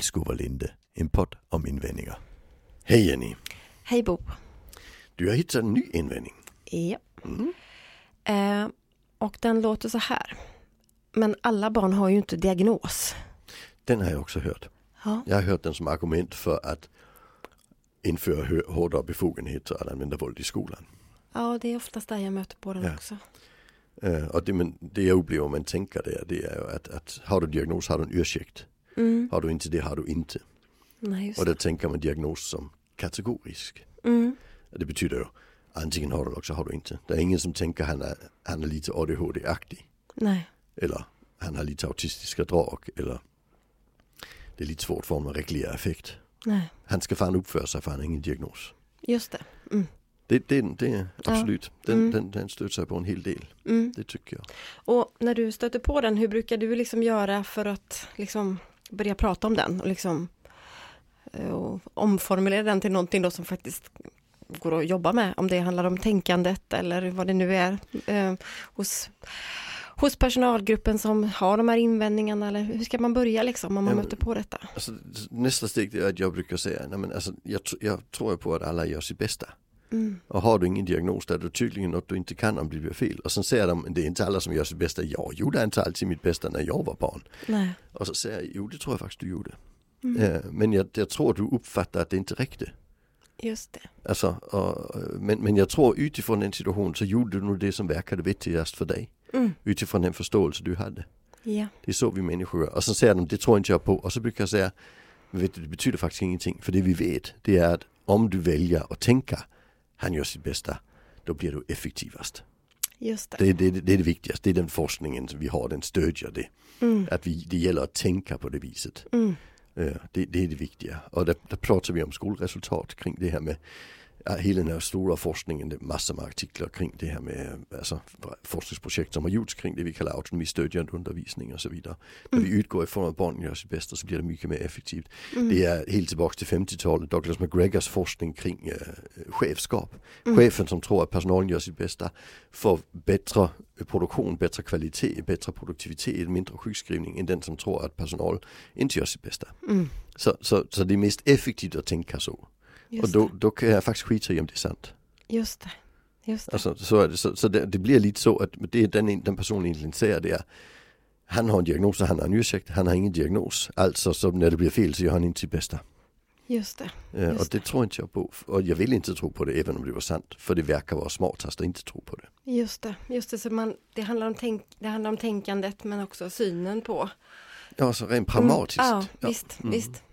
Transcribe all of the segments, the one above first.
Vilskovalinde, en podd om invändningar. Hej Jenny. Hej Bo. Du har hittat en ny invändning. Ja. Och den låter så här. Men alla barn har ju inte diagnos. Den har jag också hört. Ja. Jag har hört den som argument för att införa hårdare befogenheter att använda våld i skolan. Ja, det är oftast där jag möter på den också. Och det jag upplever om man tänker det är ju att har du diagnos har du en ursäkt. Har du inte det har du inte. Nej, just och då tänker man diagnos som kategorisk. Det betyder ju antingen har du också har du inte. Det är ingen som tänker han är lite ADHD-aktig. Nej. Eller han har lite autistiska drag. Eller det är lite svårt för honom att reglera effekt. Nej. Han ska fan uppföra sig för han har ingen diagnos. Just det. Det är absolut. Den stöter sig på en hel del. Det tycker jag. Och när du stöter på den, hur brukar du liksom göra för att liksom börja prata om den? Och liksom och omformulera den till någonting då som faktiskt går att jobba med. Om det handlar om tänkandet eller vad det nu är hos personalgruppen som har de här invändningarna. Eller hur ska man börja liksom om man möter på detta? Alltså, nästa steg är att jag brukar säga jag tror på att alla gör sitt bästa. Och har du ingen diagnos där är det tydligen något du inte kan om det blir fel. Och sen säger de, det är inte alla som gör sitt bästa. Jag gjorde inte alltid mitt bästa när jag var barn. Nej. Och så säger jag, jo det tror jag faktiskt du gjorde. Men jag tror du uppfattar att det inte räckte. Just det. Alltså, men jag tror utifrån den situationen så gjorde du nog det som verkade vettigast för dig. Utifrån den förståelse du hade. Ja. Det är så vi människor gör. Och så säger de, det tror inte jag på. Och så brukar jag säga, vet du, det betyder faktiskt ingenting. För det vi vet, det är att om du väljer att tänka han gör sitt bästa, då blir du effektivast. Just det. Det är det viktigaste. Det är den forskningen som vi har, den stödjer det. Att det gäller att tänka på det viset. Det är det viktiga. Och där pratar vi om skolresultat kring det här med hela den här stora forskningen, det är massor med artiklar kring det här med forskningsprojekt som har gjorts kring det vi kallar autonomistödjande undervisning och så vidare. När vi utgår ifrån att barnen gör sitt bästa så blir det mycket mer effektivt. Det är helt tillbaka till 50-talet, Douglas McGregors forskning kring chefskap. Chefen som tror att personalen gör sitt bästa får bättre produktion, bättre kvalitet, bättre produktivitet, mindre sjukskrivning än den som tror att personal inte gör sitt bästa. Så det är mest effektivt att tänka så. Just och då kan jag faktiskt skita i om det är sant. Just det. Alltså, så är det. Så det blir lite så att det är den personen egentligen säger det är. Han har en diagnos och han har en ursäkt. Han har ingen diagnos. Alltså så när det blir fel så gör han inte sitt bästa. Just det. Och det tror inte jag på. Och jag vill inte tro på det även om det var sant. För det verkar vara smartast att inte tro på det. Just det. Så det handlar om tänkandet men också synen på. Ja, så rent pragmatiskt. Visst.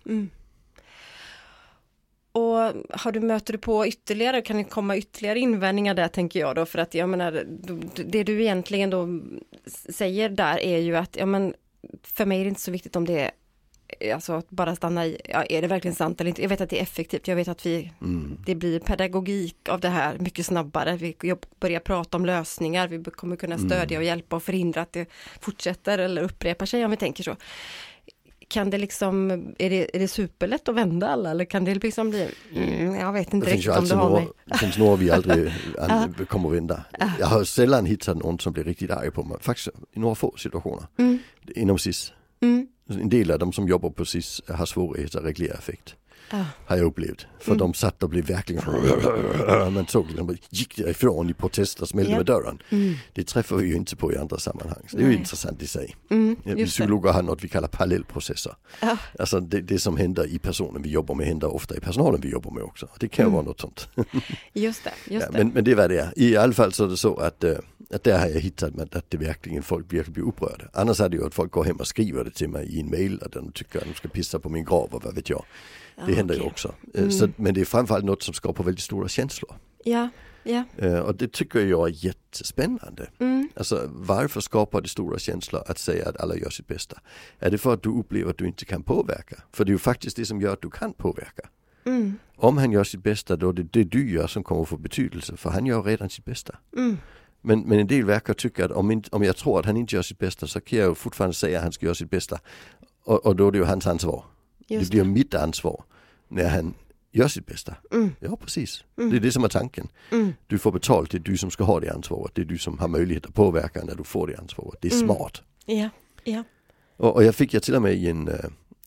Och möter du på ytterligare, kan det komma ytterligare invändningar där tänker jag då, för att jag menar, det du egentligen då säger där är ju att för mig är det inte så viktigt om det är alltså att bara stanna i, är det verkligen sant eller inte? Jag vet att det är effektivt, jag vet att det blir pedagogik av det här mycket snabbare, vi börjar prata om lösningar, vi kommer kunna stödja och hjälpa och förhindra att det fortsätter eller upprepar sig om vi tänker så. Kan det liksom, är det superlätt att vända alla eller kan det liksom bli, jag vet inte riktigt om det har mig. Det finns några vi aldrig kommer att vända. Jag har sällan hittat någon som blir riktigt arg på mig. Faktiskt i några få situationer. Inom SIS. En del av dem som jobbar på SIS har svårigheter att reglera effekt. Har jag upplevt. För de satt och blev verkligen man såg liksom, gick därifrån i protester och smällde med dörren. Det träffar vi ju inte på i andra sammanhang. Så det är ju intressant i sig. Vi psykologer har något vi kallar parallellprocesser. Alltså det som händer i personen vi jobbar med händer ofta i personalen vi jobbar med också. Det kan ju vara något sånt. Just det. Men det var det är. I alla fall så är det så att där har jag hittat att det verkligen folk verkligen blir upprörda. Annars är det ju att folk går hem och skriver det till mig i en mail och de tycker att de ska pissa på min grav och vad vet jag. Det händer ju också. Men det är framförallt något som skapar väldigt stora känslor. Ja. Och det tycker jag är jättespännande. Alltså varför skapar det stora känslor att säga att alla gör sitt bästa? Är det för att du upplever att du inte kan påverka? För det är ju faktiskt det som gör att du kan påverka. Om han gör sitt bästa då är det du gör som kommer att få betydelse. För han gör redan sitt bästa. Men en del verkar tycka att om jag tror att han inte gör sitt bästa så kan jag ju fortfarande säga att han ska göra sitt bästa. Och då är det ju hans ansvar. Det blir mitt ansvar när han gör sitt bästa. Ja, precis. Det är det som är tanken. Du får betalt, det är du som ska ha det ansvaret. Det är du som har möjlighet att påverka när du får det ansvaret. Det är smart. Ja. Och jag fick till och med i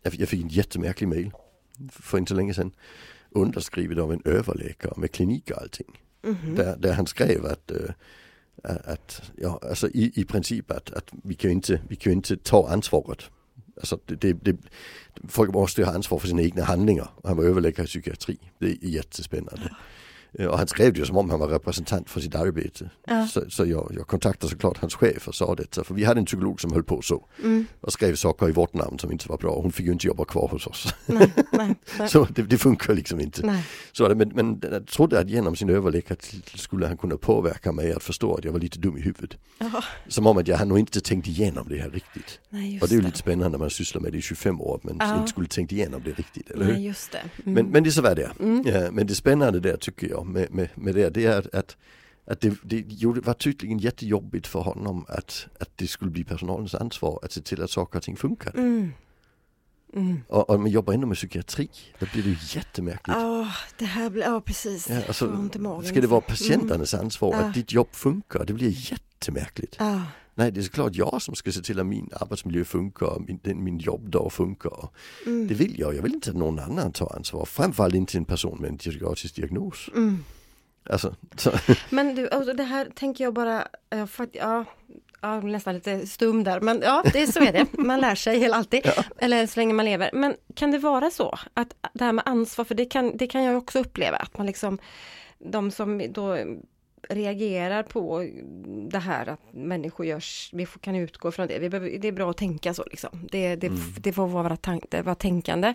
jag fick en jättemärklig mail för inte länge sedan. Underskrivet av en överläkare med klinik och allting. Där han skrev att ja, alltså i princip att vi kan inte ta ansvaret. Alltså folk måste ha ansvar för sina egna handlingar. Han var överläkare i psykiatri. Det är jättespännande. Och han skrev det ju som om han var representant för sitt arbete. Ja. Så jag kontaktade såklart hans chef och sa det. För vi hade en psykolog som höll på så. Och skrev saker i vårt namn som inte var bra. Hon fick ju inte jobba kvar hos oss. Nej. Så det funkar liksom inte. Nej. Så, men jag trodde att genom sin överläkare skulle han kunna påverka mig att förstå att jag var lite dum i huvudet. Aha. Som om att jag nog inte tänkt igenom det här riktigt. Nej, och det är ju lite spännande när man sysslar med det i 25 år. Men inte skulle tänkt igenom det riktigt. Eller hur? Nej, just det. Men det är så var det. Ja, men det spännande där tycker jag med det är att det var tydligen jättejobbigt för honom att det skulle bli personalens ansvar att se till att saker och ting funkar. Och man jobbar ändå med psykiatri. Då blir det ju jättemärkligt. Det här blir, precis. Ja, alltså, ska det vara patienternas ansvar att ditt jobb funkar? Det blir jättemärkligt. Nej, det är såklart jag som ska se till att min arbetsmiljö funkar och min jobbdag funkar. Det vill jag. Jag vill inte att någon annan tar ansvar. Framförallt inte en person med en psykiatrisk diagnos. Alltså, men du, alltså det här tänker jag bara, nästan lite stum där, men ja, så är det. Man lär sig alltid, eller så länge man lever. Men kan det vara så att det här med ansvar, för det kan jag också uppleva, att man liksom, de som då reagerar på det här att människor vi kan utgå från det. Det är bra att tänka så liksom. Det får vara tänkande.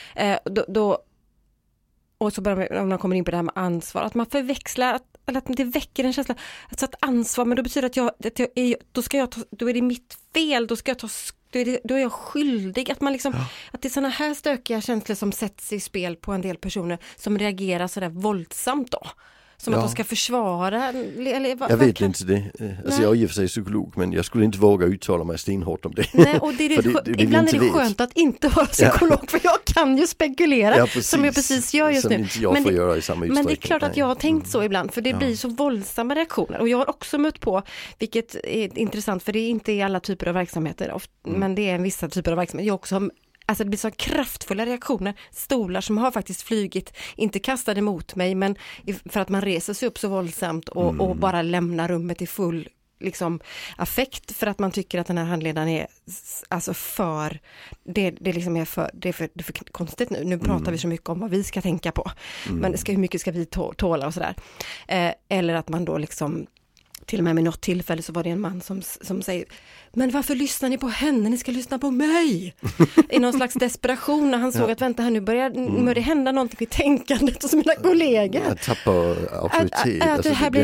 Och så börjar man kommer in på det här med ansvar. Att man förväxlar, att det väcker en känsla. Alltså att ansvar, men då betyder då är det mitt fel. Då är jag skyldig. Att man liksom, att det är såna här stökiga känslor som sätts i spel på en del personer som reagerar sådär våldsamt då. Som att de ska försvara. Jag vet inte det. Alltså jag är i och för sig psykolog, men jag skulle inte våga uttala mig stenhårt om det. Nej, och ibland är det skönt att inte vara psykolog, för jag kan ju spekulera som jag precis gör just som nu. Inte jag får göra i samma utsträckning. Men det är klart att jag har tänkt så ibland, för det blir så våldsamma reaktioner. Och jag har också mött på, vilket är intressant, för det är inte i alla typer av verksamheter, men det är vissa typer av verksamheter. Jag också har Alltså det blir så kraftfulla reaktioner. Stolar som har faktiskt flygit, inte kastade mot mig, men för att man reser sig upp så våldsamt och bara lämnar rummet i full liksom affekt, för att man tycker att den här handledaren är alltså för det liksom är för konstigt nu. Nu pratar vi så mycket om vad vi ska tänka på. Men hur mycket ska vi tåla och sådär. Eller att man då liksom, till och med något tillfälle så var det en man som säger: men varför lyssnar ni på henne? Ni ska lyssna på mig. I någon slags desperation när han såg att vänta här, nu börjar det hända någonting i tänkandet hos mina kollegor. Jag tappar auktoritet.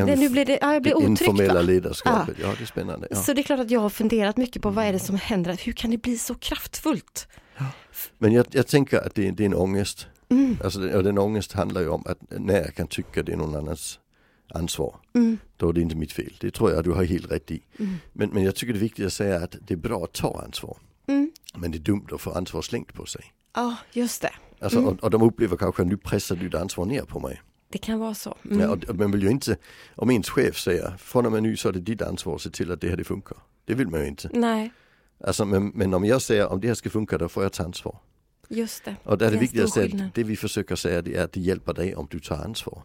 Jag blir otrygg. Informella ledarskapet. Ja, det är spännande. Ja. Så det är klart att jag har funderat mycket på vad är det som händer. Hur kan det bli så kraftfullt? Ja. Men jag tänker att det är en ångest. Alltså, den ångest handlar ju om att när jag kan tycka det är någon annans ansvar. Då är det inte mitt fel. Det tror jag att du har helt rätt i. Men jag tycker det är viktigt att säga att det är bra att ta ansvar. Men det är dumt att få ansvar slängt på sig. Ja, just det. Alltså, och de upplever kanske att nu pressar du det ansvar ner på mig. Det kan vara så. Ja, och man vill ju inte, om ens chef säger från och med nu så är det ditt ansvar att se till att det här det funkar. Det vill man ju inte. Nej. Alltså, men om jag säger om det här ska funka, då får jag ta ansvar. Just det. Och det är det viktigaste att det vi försöker säga, det är att det hjälper dig om du tar ansvar.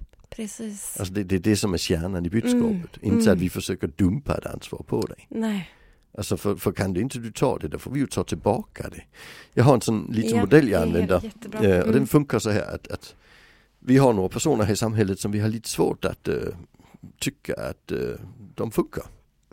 Precis. Alltså det är det som är kärnan i budskapet. Inte att vi försöker dumpa ett ansvar på dig. Nej. Alltså för kan du inte du ta det, då får vi ju ta tillbaka det. Jag har en sån liten modell jag använder. Och den funkar så här att vi har några personer här i samhället som vi har lite svårt att tycka att de funkar.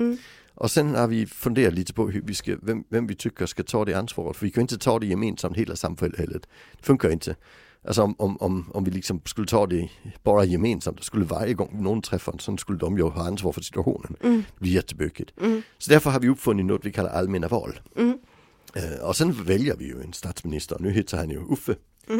Och sen har vi funderat lite på hur vi ska, vem vi tycker ska ta det ansvaret. För vi kan inte ta det gemensamt hela samhället. Det funkar inte. Alltså om vi liksom skulle ta det bara gemensamt, då skulle varje gång någon träffar så skulle de ju ha ansvar för situationen. Det blir jättebökigt. Så därför har vi uppfunnit något vi kallar allmänna val. Och sen väljer vi ju en statsminister. Nu heter han ju Uffe.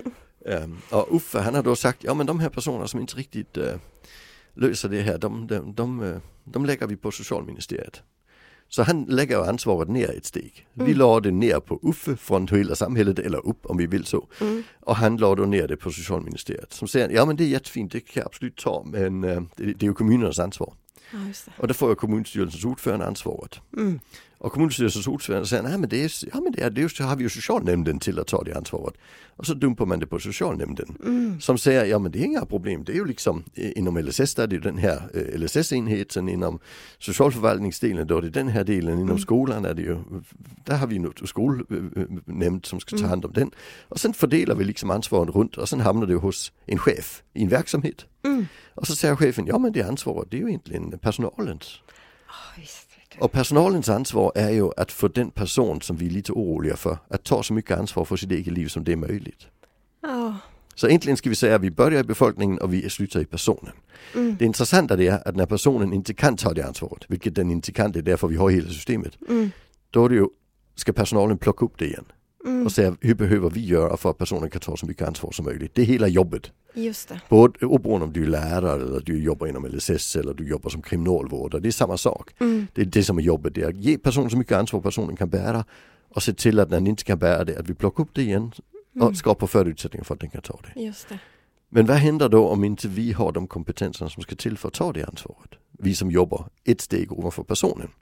Och Uffe, han har då sagt, ja men de här personerna som inte riktigt löser det här, de lägger vi på socialministeriet. Så han lägger ansvaret ner ett steg. Vi la det ner på Uffe från hela samhället, eller upp om vi vill så. Och han la då ner det på socialministeriet. Som säger, ja men det är jättefint, det kan jag absolut ta, men det är ju kommunernas ansvar. Ja, just det. Och då får jag kommunstyrelsens ordförande ansvaret. Och kommunstyrelsens ordförande säger, nej men det är just, har vi ju socialnämnden till att ta det ansvaret. Och så dumpar man det på socialnämnden. Som säger, ja men det är inga problem. Det är ju liksom inom LSS där det är den här LSS-enheten, inom socialförvaltningsdelen då det är den här delen, inom skolan är det ju, där har vi något skolnämnd som ska ta hand om den. Och sen fördelar vi liksom ansvaret runt och sen hamnar det hos en chef i en verksamhet. Och så säger chefen, ja men det ansvaret det är ju egentligen personalens. Och personalens ansvar är ju att för den person som vi är lite oroliga för att ta så mycket ansvar för sitt eget liv som det är möjligt. Så egentligen ska vi säga att vi börjar i befolkningen och vi slutar i personen. Det intressanta är att när personen inte kan ta det ansvaret, vilket den inte kan, det är därför vi har hela systemet. Då är det ju, ska personalen plocka upp det igen. Och säga, hur behöver vi göra för att personen kan ta så mycket ansvar som möjligt. Det är hela jobbet. Just det. Både oberoende om du är lärare eller du jobbar inom LSS eller du jobbar som kriminalvårdare. Det är samma sak. Det är det som är jobbet. Det är att ge personen så mycket ansvar personen kan bära och se till att när den inte kan bära det, att vi plockar upp det igen och skapar förutsättningar för att den kan ta det. Just det. Men vad händer då om inte vi har de kompetenserna som ska till för att ta det ansvaret? Vi som jobbar ett steg ovanför personen.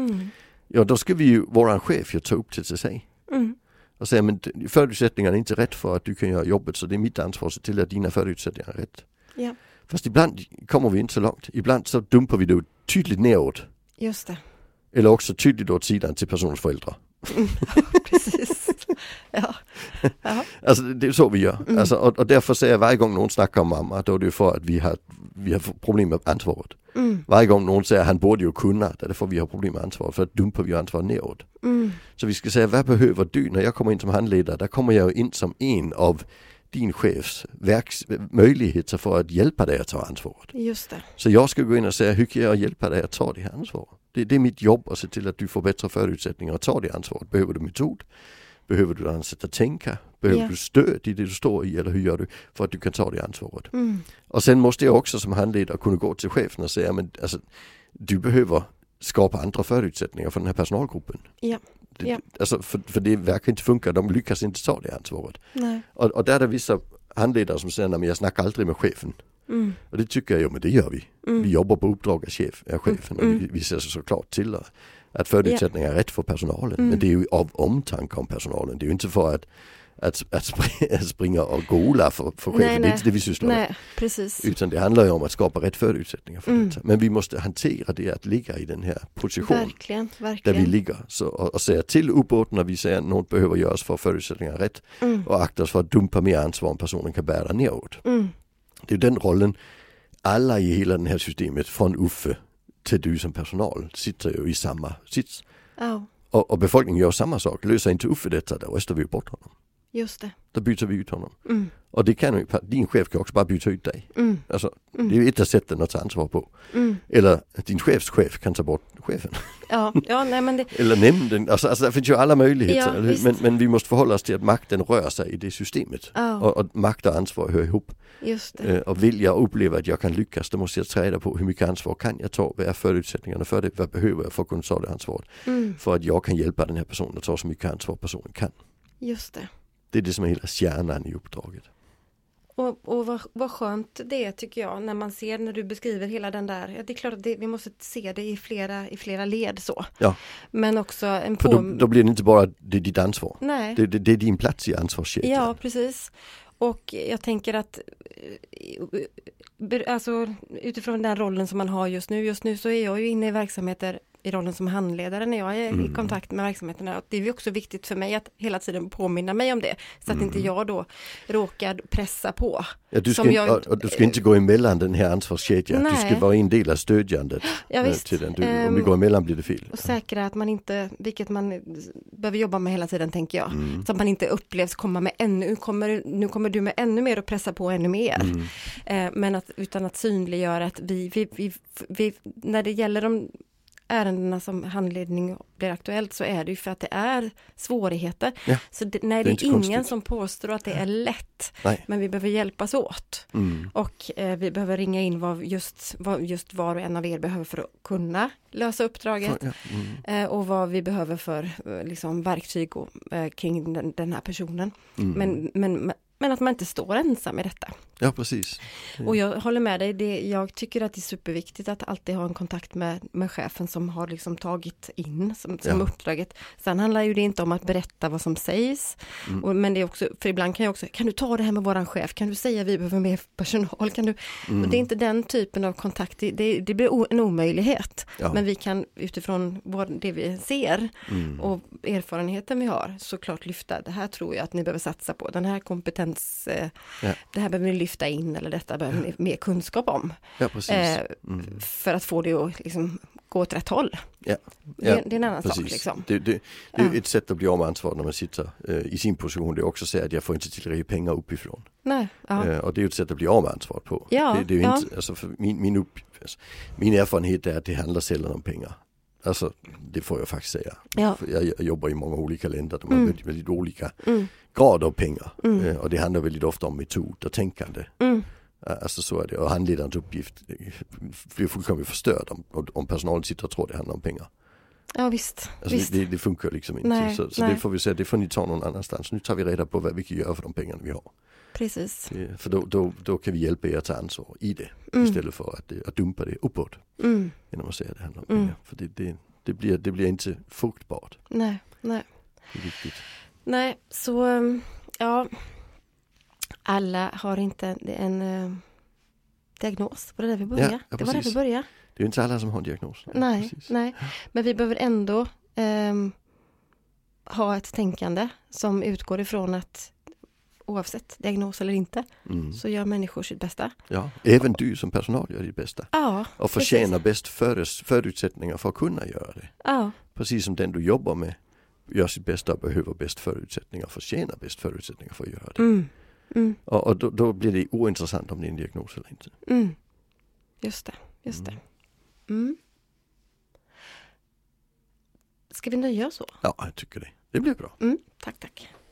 Ja, då ska vi ju, våran chef, ta upp till sig. Och säga, men förutsättningarna är inte rätt för att du kan göra jobbet, så det är mitt ansvar att se till att dina förutsättningar är rätt. Ja. Fast ibland kommer vi inte så långt. Ibland så dumpar vi det tydligt neråt. Just det. Eller också tydligt åt sidan till personens föräldrar. Precis. Ja. Alltså det är så vi gör. Alltså, och därför säger jag varje gång någon snackar om mamma, då är det för att vi har problem med ansvaret. Varje gång någon säger att han borde ju kunna, därför vi har problem med ansvaret, för att dumpar vi ansvaret neråt. Så vi ska säga, vad behöver du? När jag kommer in som handledare, där kommer jag in som en av din chefs möjligheter för att hjälpa dig att ta ansvaret. Just det. Så jag ska gå in och säga, hur kan jag hjälpa dig att ta det här ansvaret? Det är mitt jobb att se till att du får bättre förutsättningar att ta det ansvaret. Behöver du metod? Behöver du ett sätt att tänka? Behöver du stöd i det du står i? Eller hur gör du för att du kan ta det ansvaret? Och sen måste jag också som handledare kunna gå till chefen och säga, men alltså, du behöver skapa andra förutsättningar för den här personalgruppen. Ja. Alltså, för det verkar inte funka, de lyckas inte ta det ansvaret. Nej. Och där är det vissa handledare som säger, men jag snackar aldrig med chefen. Och det tycker jag ju, men det gör vi. Vi jobbar på uppdrag av chefen och vi ser såklart till att förutsättningar är rätt för personalen. Men det är ju av omtanke om personalen. Det är ju inte för att springa och gola för chefen. Nej. Det är inte det vi sysslar med. Precis. Utan det handlar ju om att skapa rätt förutsättningar för detta. Men vi måste hantera det att ligga i den här positionen. Verkligen. Där vi ligger. Så, och säga till uppåt när vi säger att något behöver göras för förutsättningar rätt. Och akta oss för att dumpa mer ansvar om personen kan bära neråt. Det är den rollen alla i hela det här systemet, från Uffe till du som personal, sitter ju i samma sits. Och befolkningen gör samma sak. Löser inte Uffe detta, då röstar vi bort honom. Just det. Då byter vi ut honom. Och det kan ju, din chef kan också bara byta ut dig. Alltså, det är ju ett av sätten att ta ansvar på. Eller din chefs chef kan ta bort chefen. Nej, men det... Eller nämnden. Alltså det finns ju alla möjligheter. Ja, men vi måste förhålla oss till att makten rör sig i det systemet. Och makt och ansvar hör ihop. Just det. Och vill jag uppleva att jag kan lyckas, då måste jag träda på hur mycket ansvar kan jag ta, vad är förutsättningarna för det, vad behöver jag för att kunna ta det ansvaret. För att jag kan hjälpa den här personen att ta så mycket ansvar personen kan. Just det. Det är det som är hela kärnan i uppdraget. Och vad skönt det är, tycker jag, när man ser, när du beskriver hela den där, det är klart att vi måste se det i flera led så. Ja. Men också en då blir det inte bara det är ditt ansvar. Nej. Det är din plats i ansvarskedjan. Ja, precis. Och jag tänker att alltså, utifrån den rollen som man har just nu så är jag ju inne i verksamheter i rollen som handledare när jag är i kontakt med verksamheterna. Det är ju också viktigt för mig att hela tiden påminna mig om det. Så att inte jag då råkar pressa på. Ja, du ska inte gå emellan den här ansvarskedjan. Du ska vara en del av stödjandet till den. Om du går emellan blir det fel. Och säkra att man inte, vilket man behöver jobba med hela tiden, tänker jag. Så att man inte upplevs komma med nu kommer du med ännu mer och pressa på ännu mer. Men utan att synliggöra att vi när det gäller de ärendena som handledning blir aktuellt, så är det ju för att det är svårigheter. Ja, så det är ingen konstigt som påstår att det är lätt. Nej. Men vi behöver hjälpas åt. Och vi behöver ringa in vad just var och en av er behöver för att kunna lösa uppdraget. Och vad vi behöver för liksom, verktyg kring den här personen. Men Men att man inte står ensam i detta. Ja, precis. Och jag håller med dig, jag tycker att det är superviktigt att alltid ha en kontakt med chefen som har liksom tagit in som uppdraget. Sen handlar ju det inte om att berätta vad som sägs. Men det är också, för ibland kan jag också, kan du ta det här med våran chef? Kan du säga att vi behöver mer personal? Kan du? Och det är inte den typen av kontakt, det blir en omöjlighet. Ja. Men vi kan utifrån det vi ser och erfarenheten vi har såklart lyfta, det här tror jag att ni behöver satsa på. Den här kompetens, det här behöver ni lyfta in eller detta behöver ni mer kunskap om. Ja, precis. För att få det att liksom gå åt rätt håll. Ja. Det är en annan sak. Liksom. Det är ett sätt att bli av med ansvar när man sitter i sin position. Det är också så att jag får inte tillräckligt pengar uppifrån. Nej. Och det är ett sätt att bli av med ansvar på. Ja. Det är ju inte, alltså för min erfarenhet är att det handlar sällan om pengar. Alltså, det får jag faktiskt säga. Ja. Jag jobbar i många olika länder. De har väldigt olika grader av pengar. Och det handlar väldigt ofta om metod och tänkande. Alltså så är det. Och handledarens uppgift blir fullkomligt förstörd om personalen sitter och tror det handlar om pengar. Ja, visst. Alltså visst. Det funkar liksom inte. Nej, så det får vi säga, det får ni ta någon annanstans. Nu tar vi reda på vad vi kan göra för de pengarna vi har. Precis. För då kan vi hjälpa er att ta ansvar i det. Istället för att dumpa det uppåt. Genom att säga att det handlar om pengar. För det blir inte fruktbart. Nej. Det är viktigt. Nej, så ja, alla har inte en diagnos. Var det där vi började? Ja, det var där vi började. Det är inte alla som har en diagnos. Nej. Men vi behöver ändå ha ett tänkande som utgår ifrån att oavsett diagnos eller inte så gör människor sitt bästa. Ja, även du som personal gör ditt bästa. Ja, och förtjänar bäst förutsättningar för att kunna göra det. Ja. Precis som den du jobbar med gör sitt bästa och behöver bäst förutsättningar, förtjänar bäst förutsättningar för att göra det. Och då blir det ointressant om det är en diagnos eller inte. Just det. Ska vi nöja oss så? Ja, jag tycker det. Det blir bra. Tack.